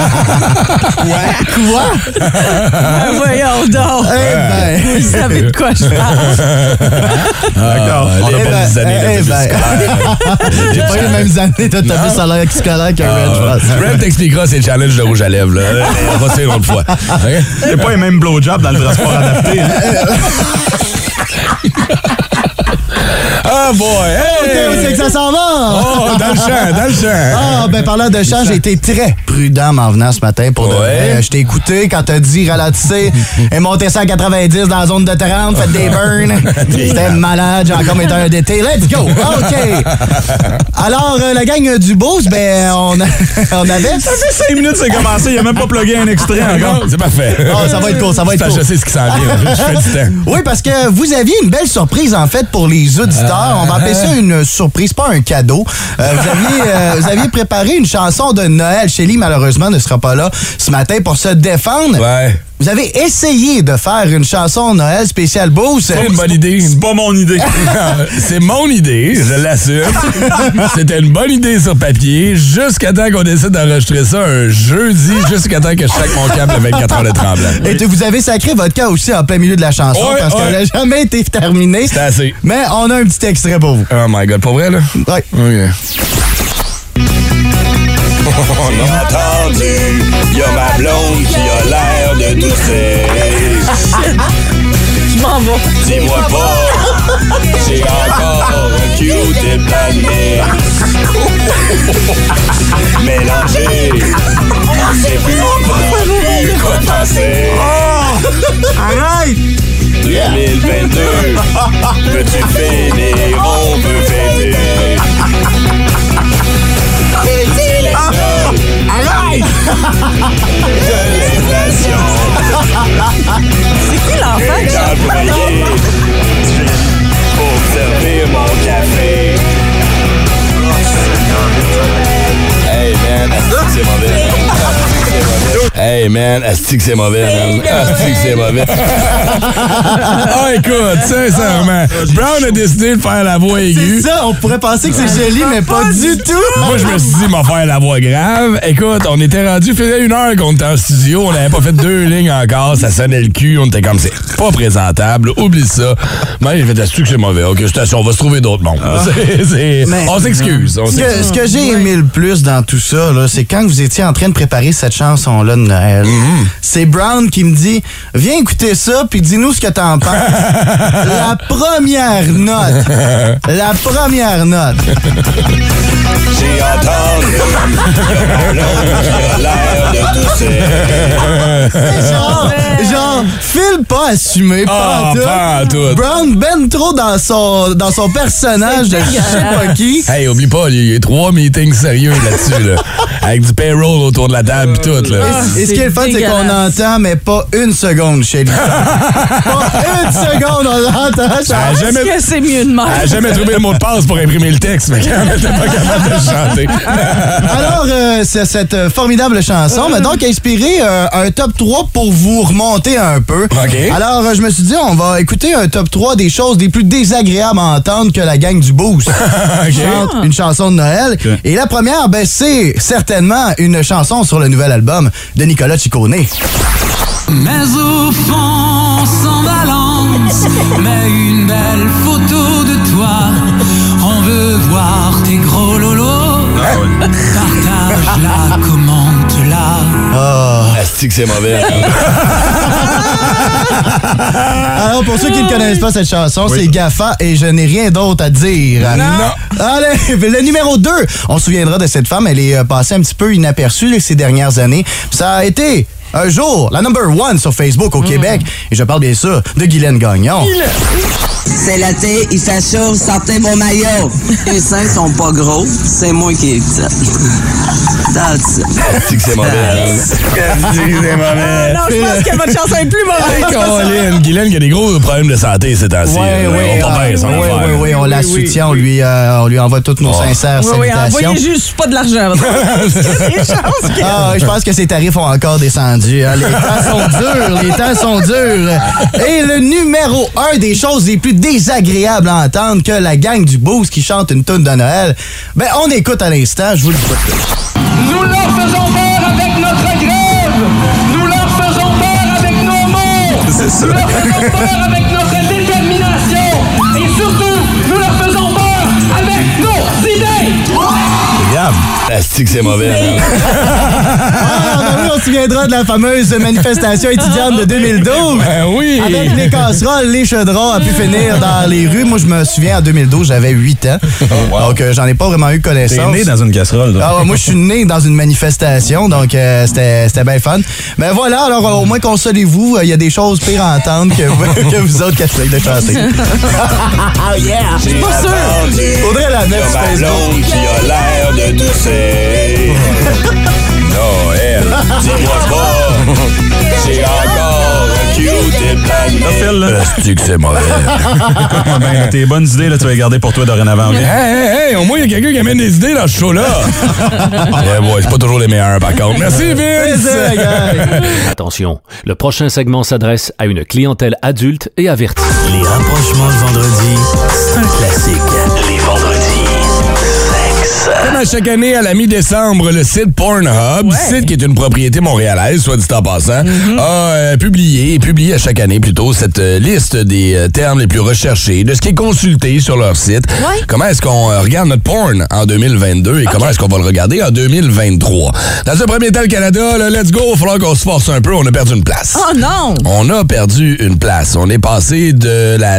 Quoi? Voyons donc. Vous savez de quoi je parle. D'accord. On n'a pas des années d'autobus scolaire. J'ai pas eu les mêmes années d'autobus scolaire que Red, je pense. Red t'expliquera ses challenges de rouge à lèvres. Là. On va se faire une autre fois. C'est pas les mêmes blowjobs dans le transport adapté. Ah boy! Hey! OK, c'est que ça s'en va! Oh, dans le champ! Ah, ben parlant de champ, j'ai été très prudent en venant ce matin pour de vrai. Je t'ai écouté quand t'as dit ralentissez et montez ça à 90 dans la zone de 30, faites des burns. C'était malade, j'ai encore mes heures d'été. Let's go! OK! Alors, la gang du Boost, ben, on avait... Ça fait 5 minutes que c'est commencé, il a même pas plugué un extrait encore. C'est parfait. Oh, ça va être cool, ça va être cool. Je sais ce qui s'en vient, je fais du temps. Oui, parce que vous aviez une belle surprise, en fait, pour les auditeurs. On va appeler ça une surprise, pas un cadeau. Vous aviez préparé une chanson de Noël. Shelly, malheureusement, ne sera pas là ce matin pour se défendre. Ouais. Vous avez essayé de faire une chanson Noël spéciale Boost. C'est une bonne idée. C'est pas mon idée. C'est mon idée, je l'assume. C'était une bonne idée sur papier, jusqu'à temps qu'on décide d'enregistrer ça un jeudi, jusqu'à temps que je sac mon câble le 24 heures de tremblant. Et vous avez sacré votre cas aussi en plein milieu de la chanson parce qu'elle n'a jamais été terminée. C'est assez. Mais on a un petit extrait pour vous. Oh my God, pour vrai, là? Oui. OK. On a entendu, y'a ma blonde qui a l'air de tousser. Je m'en vais. Dis-moi pas, j'ai encore un Q-tip d'année. Mélangé, c'est plus quoi penser. Arrête! 2022, peux-tu finir, on peut fêter. Arrête! De l'inflation. C'est qui l'enfant? Pour servir mon café. Hey man, asti que c'est mauvais. Hey man, asti que c'est mauvais, man. Asti que c'est mauvais. Ah, écoute, sincèrement, Brown a décidé de faire la voix aiguë. C'est ça, on pourrait penser que c'est Shelly, mais pas du tout. Moi, je me suis dit, m'en faire la voix grave. Écoute, on était rendu, faisait 1 heure qu'on était en studio, on n'avait pas fait 2 lignes encore, ça sonnait le cul, on était comme, c'est pas présentable, oublie ça. Mais j'ai fait, asti que c'est mauvais. Ok, station, on va se trouver d'autres mondes. On s'excuse. Ce que j'ai aimé le plus dans tout ça, là, c'est quand vous étiez en train de préparer cette chanson-là de Noël. C'est Brown qui me dit, viens écouter ça, puis dis-nous ce que t'en penses. La première note. La première note. J'ai entendu que mon a l'air de tousser. Genre, Phil pas assumé, pas en tout. Brown ben trop dans son personnage de je sais pas qui. Hey, oublie pas, il y a 3 meetings sérieux là-dessus, là. Avec du payroll autour de la table et tout, là. Et ce qui est le fun, c'est qu'on entend, mais pas une seconde chez lui. Pas une seconde, on l'entend. Est-ce que c'est mieux de même? Elle a jamais trouvé le mot de passe pour imprimer le texte, mais quand elle n'était pas capable de chanter. Alors, c'est cette formidable chanson m'a donc inspiré un top 3 pour vous remonter un peu. Okay. Alors, je me suis dit, on va écouter un top 3 des choses les plus désagréables à entendre que la gang du Boost chante une chanson de Noël. Okay. Et la première, ben, c'est certainement une chanson sur le nouvel album de Nicolas Ciccone. Mais au fond, sans balance, mais une belle photo de toi. On veut voir tes gros lolos. Partage-la, commente-la. Oh. Asti que c'est mauvais. Alors, pour ceux qui ne connaissent pas cette chanson, c'est Gaffa et je n'ai rien d'autre à dire. Non. Allez, le numéro 2. On se souviendra de cette femme. Elle est passée un petit peu inaperçue ces dernières années. Ça a été un jour la number 1 sur Facebook au Québec. Et je parle bien sûr de Guylaine Gagnon. C'est l'été, il fait chaud, sortez mon maillot. Les seins sont pas gros, c'est moi qui ai dit. That's it. Asti que c'est mauvais. Asti que c'est mauvais. Non, je pense que votre chanson est plus mauvaise. Guylaine qui a des gros problèmes de santé ces temps-ci. Oui, on la soutient, on lui envoie toutes nos sincères salutations. Envoyez juste pas de l'argent. Je pense que ses tarifs ont encore descendu. Hein. Les temps sont durs. Et le numéro 1 des choses les plus désagréables à entendre que la gang du Boost qui chante une toune de Noël, ben on écoute à l'instant, je vous le dis pas plus. Nous leur faisons peur avec notre grève. Nous leur faisons peur avec nos mots. C'est ça. Nous leur faisons peur avec notre détermination. Et surtout, nous leur faisons peur avec nos idées. Regarde. Asti que c'est mauvais. On se souviendra de la fameuse manifestation étudiante de 2012. Ben oui. Avec les casseroles, les chaudrons, a pu finir dans les rues. Moi, je me souviens, en 2012, j'avais 8 ans. Donc, j'en ai pas vraiment eu connaissance. T'es né dans une casserole, toi. Moi, je suis né dans une manifestation, donc c'était bien fun. Mais voilà, alors au moins consolez-vous, il y a des choses pires à entendre que vous autres qui essayez de chanter. Oh yeah! Je suis pas sûr. Faudrait la mettre sur Facebook. Blonde qui a l'air de tousser. Noël, dis-moi pas, j'ai encore un cute plané. Asti que c'est mauvais. Ben, tes bonnes idées, là, tu vas les garder pour toi dorénavant. Hey, au moins, il y a quelqu'un qui amène des idées dans ce show-là. C'est pas toujours les meilleurs, par contre. Merci, Vince. Attention, le prochain segment s'adresse à une clientèle adulte et avertie. Les rapprochements de vendredi, c'est un classique. Les vendredis. Comme à chaque année, à la mi-décembre, le site Pornhub, site qui est une propriété montréalaise, soit dit en passant, a publié à chaque année plutôt cette liste des termes les plus recherchés, de ce qui est consulté sur leur site. Comment est-ce qu'on regarde notre porn en 2022 et comment est-ce qu'on va le regarder en 2023. Dans un premier temps, le Canada, là, let's go, il va falloir qu'on se force un peu, on a perdu une place. Oh non! On a perdu une place. On est passé de la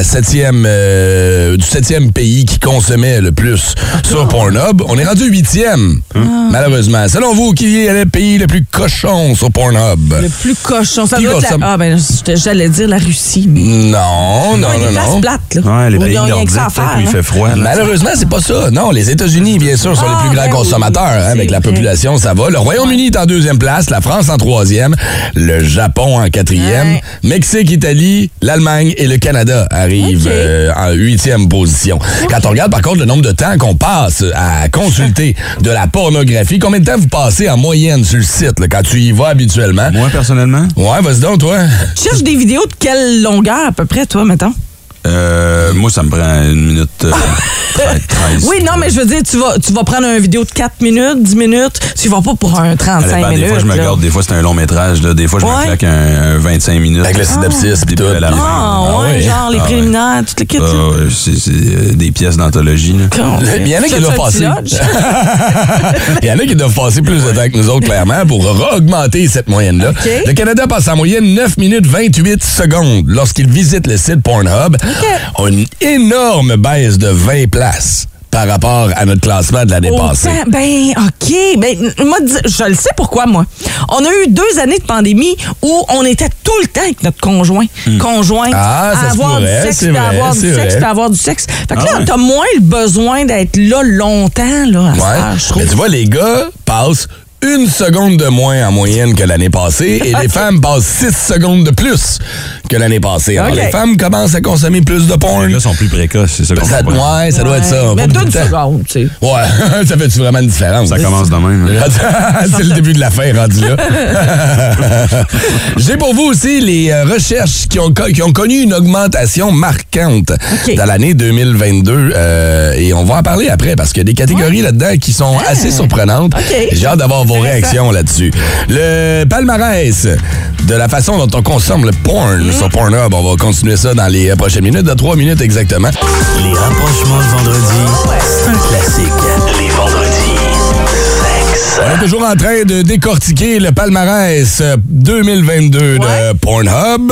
du 7e pays qui consommait le plus sur Pornhub. On est rendu 8e, malheureusement. Selon vous, qui est le pays le plus cochon sur Pornhub? Le plus cochon, ça doit être j'allais dire la Russie. Non. Places plates, là. Ouais, les pays nordiques, où il fait froid. Malheureusement, c'est pas ça. Non, les États-Unis, bien sûr, sont les plus grands consommateurs. Avec la population, ça va. Le Royaume-Uni est en 2e place, la France en 3e, le Japon en 4e, Mexique, Italie, l'Allemagne et le Canada arrivent en 8e position. Quand on regarde, par contre, le nombre de temps qu'on passe à consulter de la pornographie, combien de temps vous passez en moyenne sur le site là, quand tu y vas habituellement? Moi, personnellement? Ouais, vas-y donc, toi. Tu cherches des vidéos de quelle longueur, à peu près, toi, mettons? Moi, ça me prend 1 minute 13. Oui, non, mais je veux dire, tu vas prendre une vidéo de 4 minutes, 10 minutes. Tu vas pas pour un 35 minutes. Des fois, je me garde. Des fois, c'est un long métrage. Là. Des fois, je me claque un 25 minutes. Avec le synopsis pis tout. Genre les préliminaires, toutes les kits. C'est des pièces d'anthologie. Il y en a qui doivent passer. Il y en a qui doivent passer plus de temps que nous autres, clairement, pour augmenter cette moyenne-là. Le Canada passe en moyenne 9 minutes 28 secondes lorsqu'il visite le site Pornhub. Une énorme baisse de 20 places par rapport à notre classement de l'année passée. OK. Moi, je le sais pourquoi, moi. On a eu 2 années de pandémie où on était tout le temps avec notre conjoint. Avoir du sexe, puis avoir du sexe. Fait que là, t'as moins le besoin d'être là longtemps, là, à ça, mais tu vois, les gars passent 1 seconde de moins en moyenne que l'année passée et les femmes passent 6 secondes de plus que l'année passée. Alors, les femmes commencent à consommer plus de porn. Les gars sont plus précoces, c'est ça qu'on comprend. Ouais, ça doit être ça. Mais 2 secondes, tu sais. Ouais, ça fait-tu vraiment une différence? Ça commence de même. C'est le début de la fin, rendu là. J'ai pour vous aussi les recherches qui ont connu une augmentation marquante dans l'année 2022. Et on va en parler après parce qu'il y a des catégories là-dedans qui sont assez surprenantes. J'ai hâte d'avoir vos réactions là-dessus. Le palmarès de la façon dont on consomme le porn sur Pornhub. On va continuer ça dans les prochaines minutes, de 3 minutes exactement. Les rapprochements de vendredi, c'est un classique. Les vendredis. On toujours en train de décortiquer le palmarès 2022 de Pornhub.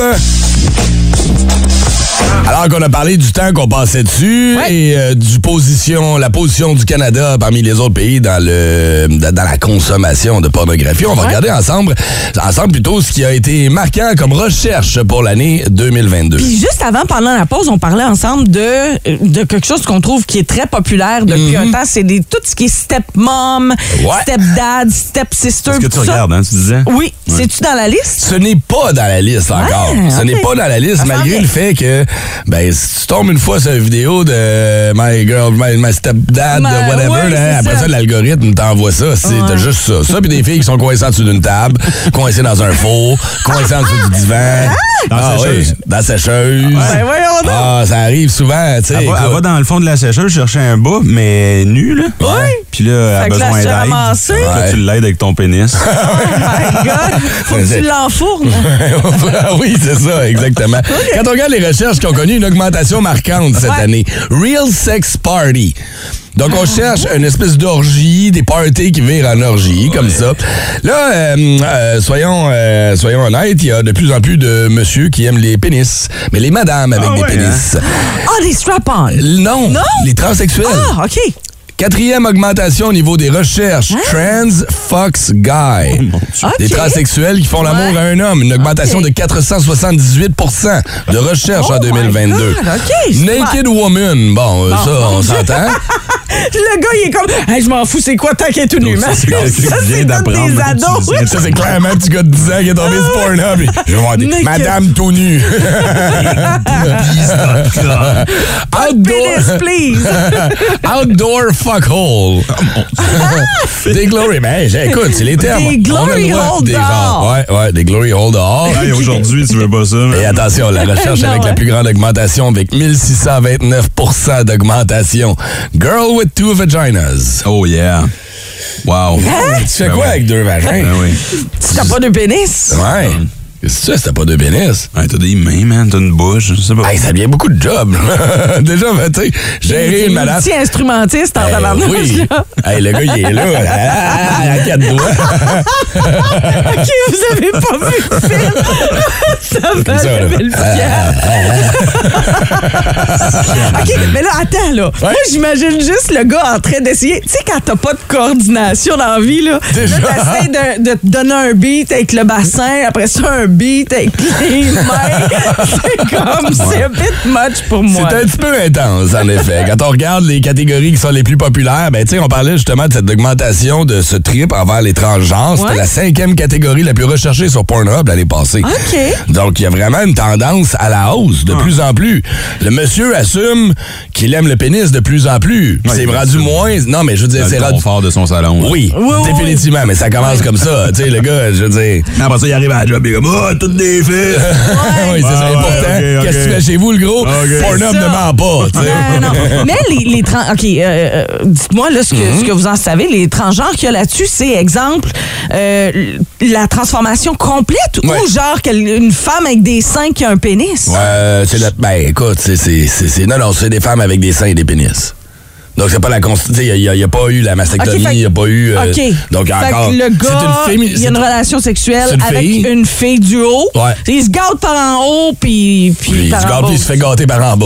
Alors qu'on a parlé du temps qu'on passait dessus et la position du Canada parmi les autres pays dans la consommation de pornographie, on va regarder ensemble plutôt ce qui a été marquant comme recherche pour l'année 2022. Puis juste avant, pendant la pause, on parlait ensemble de quelque chose qu'on trouve qui est très populaire depuis un temps, c'est tout ce qui est stepmom, stepdad, stepsister. Est-ce que tu regardes, hein, tu disais? Oui. C'est-tu dans la liste? Ce n'est pas dans la liste encore. Ce n'est pas dans la liste, malgré le fait que si tu tombes une fois sur une vidéo de my stepdad, whatever, après ça, l'algorithme t'envoie ça. T'as juste ça. Ça, puis des filles qui sont coincées en dessous d'une table, coincées dans un four, coincées en dessous du divan. Dans la sécheuse. Dans la sécheuse. Voyons donc. Ça arrive souvent, tu sais. Elle va dans le fond de la sécheuse chercher un bas, mais nu, là. Puis là, elle a besoin d'aide. Là, tu l'aides avec ton pénis. Oh my God! Faut que tu l'enfournes. Oui, c'est ça, exactement. Quand on regarde les recherches qui ont connu une augmentation marquante cette année, Real Sex Party. Donc, on cherche une espèce d'orgie, des parties qui virent en orgie, comme ça. Là, soyons honnêtes, il y a de plus en plus de monsieur qui aiment les pénis, mais les madames avec des pénis. Les strap-on? Non, les transsexuels. OK. 4e augmentation au niveau des recherches. Trans Fox Guy. Des transsexuels qui font l'amour à un homme. Une augmentation de 478 % de recherche en 2022. Naked Woman. Bon, ça, on s'entend. Le gars, il est comme, je m'en fous, c'est quoi tant qu'il est tout nu? Ça, c'est des ados. Ça, c'est clairement un petit gars de 10 ans qui est tombé sur Pornhub. Je vais voir des Madame tout nu. Penis, please. Outdoor fuckhole. Des glory, écoute, c'est les termes. Des glory hole dehors. Des glory hole dehors. Aujourd'hui, tu veux pas ça. Et attention, la recherche avec la plus grande augmentation, avec 1629 % d'augmentation. Girl with 2 vaginas. Oh yeah. Wow. Tu fais quoi avec 2 vagins? Tu t'as pas de pénis? Ouais. Qu'est-ce que c'est, t'as pas de pénis? T'as des mains, man, t'as une bouche, je sais pas. Ça devient beaucoup de jobs. Déjà, tu sais, gérer une madame. Petit instrumentiste en tabarnouche. Oui. Le gars, il est là. À 4 doigts. OK, vous avez pas vu le film. Ça va, le OK, mais là, attends, là. Moi, j'imagine juste le gars en train d'essayer. Tu sais, quand t'as pas de coordination dans la vie, là, t'essaies de te donner un beat avec le bassin, après ça, un beat avec les mains. C'est un bit much pour moi. C'est un petit peu intense, en effet. Quand on regarde les catégories qui sont les plus populaires, tu sais, on parlait justement de cette augmentation de ce trip envers les transgenres. C'était la 5e catégorie la plus recherchée sur Pornhub l'année passée. OK. Donc, il y a vraiment une tendance à la hausse de plus en plus. Le monsieur assume qu'il aime le pénis de plus en plus. C'est rendu moins... Non, mais je veux dire, c'est rendu... le confort de son salon. Oui, définitivement, mais ça commence comme ça. Tu sais, le gars, je veux dire... Après ça, il arrive à la job, il est comme, toutes des filles. Oui, c'est ça. Important. Qu'est-ce que tu fais chez vous, le gros? Pornhub ne ment pas. Non. Mais les trans... OK, dites-moi, là, ce que vous en savez, les transgenres qu'il y a là-dessus, c'est, exemple, la transformation complète ou genre une femme avec des seins qui a un pénis? Écoute, non, c'est des femmes avec des seins et des pénis. Donc, c'est pas la il n'y a pas eu la mastectomie, il n'y a pas eu... donc, encore... le gars, il y a une relation sexuelle avec une fille du haut. Ouais. Il se gâte par en haut, puis il se gâte, puis il se fait gâter par en bas.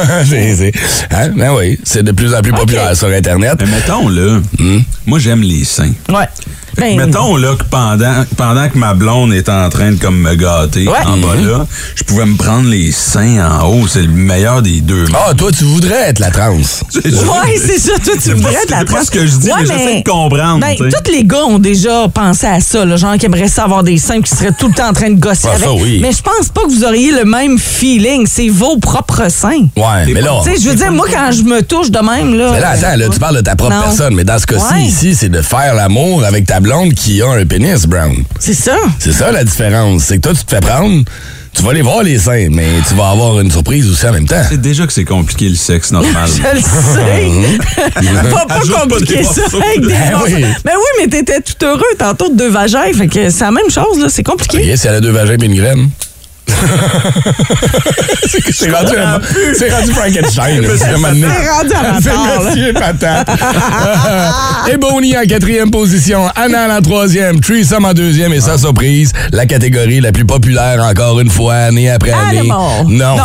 Ben oui, c'est de plus en plus populaire sur Internet. Mais mettons, là, moi, j'aime les seins. Ouais. Mettons là que pendant que ma blonde est en train de comme me gâter en bas là, je pouvais me prendre les seins en haut. C'est le meilleur des deux. Toi, tu voudrais être la trans. Oui, c'est ça. Toi, tu voudrais être la trans. C'est pas ce que je dis, mais j'essaie de comprendre. Tous les gars ont déjà pensé à ça. Là, genre qui aimeraient ça avoir des seins qui seraient tout le temps en train de gosser avec. Mais je pense pas que vous auriez le même feeling. C'est vos propres seins. Ouais, mais là... Je veux dire, moi, quand je me touche de même... Là, mais là, attends, là, tu parles de ta propre personne. Mais dans ce cas-ci, ici, c'est de faire l'amour avec ta blonde qui a un pénis, Brown. C'est ça. C'est ça la différence. C'est que toi, tu te fais prendre, tu vas aller voir les seins, mais tu vas avoir une surprise aussi en même temps. C'est déjà que c'est compliqué le sexe normal. Je le sais. pas compliqué ça avec des Mais oui, mais t'étais tout heureux tantôt de 2 vagins. Fait que c'est la même chose, là. C'est compliqué. Si elle a 2 vagins et une graine. C'est rendu Frankenstein. C'est rendu à C'est Monsieur Patate. Et Bonnie en 4e position. Anna en 3e. Threesome en 2e. Et sans surprise, la catégorie la plus populaire encore une fois, année après année. Non.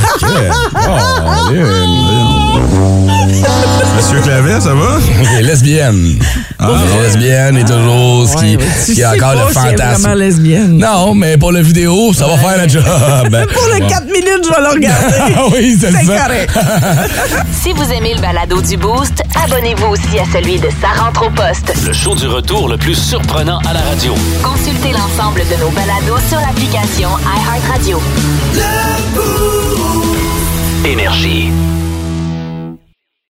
Monsieur Clavet, ça va? Lesbienne. Lesbienne est toujours ce qui est encore le fantasme. C'est vraiment lesbienne. Non, mais pour la vidéo, ça va faire la job. Pour les 4 minutes, je vais le regarder. Oui, c'est ça. Correct. Si vous aimez le balado du Boost, abonnez-vous aussi à celui de Sa rentre au poste. Le show du retour le plus surprenant à la radio. Consultez l'ensemble de nos balados sur l'application iHeartRadio. Énergie.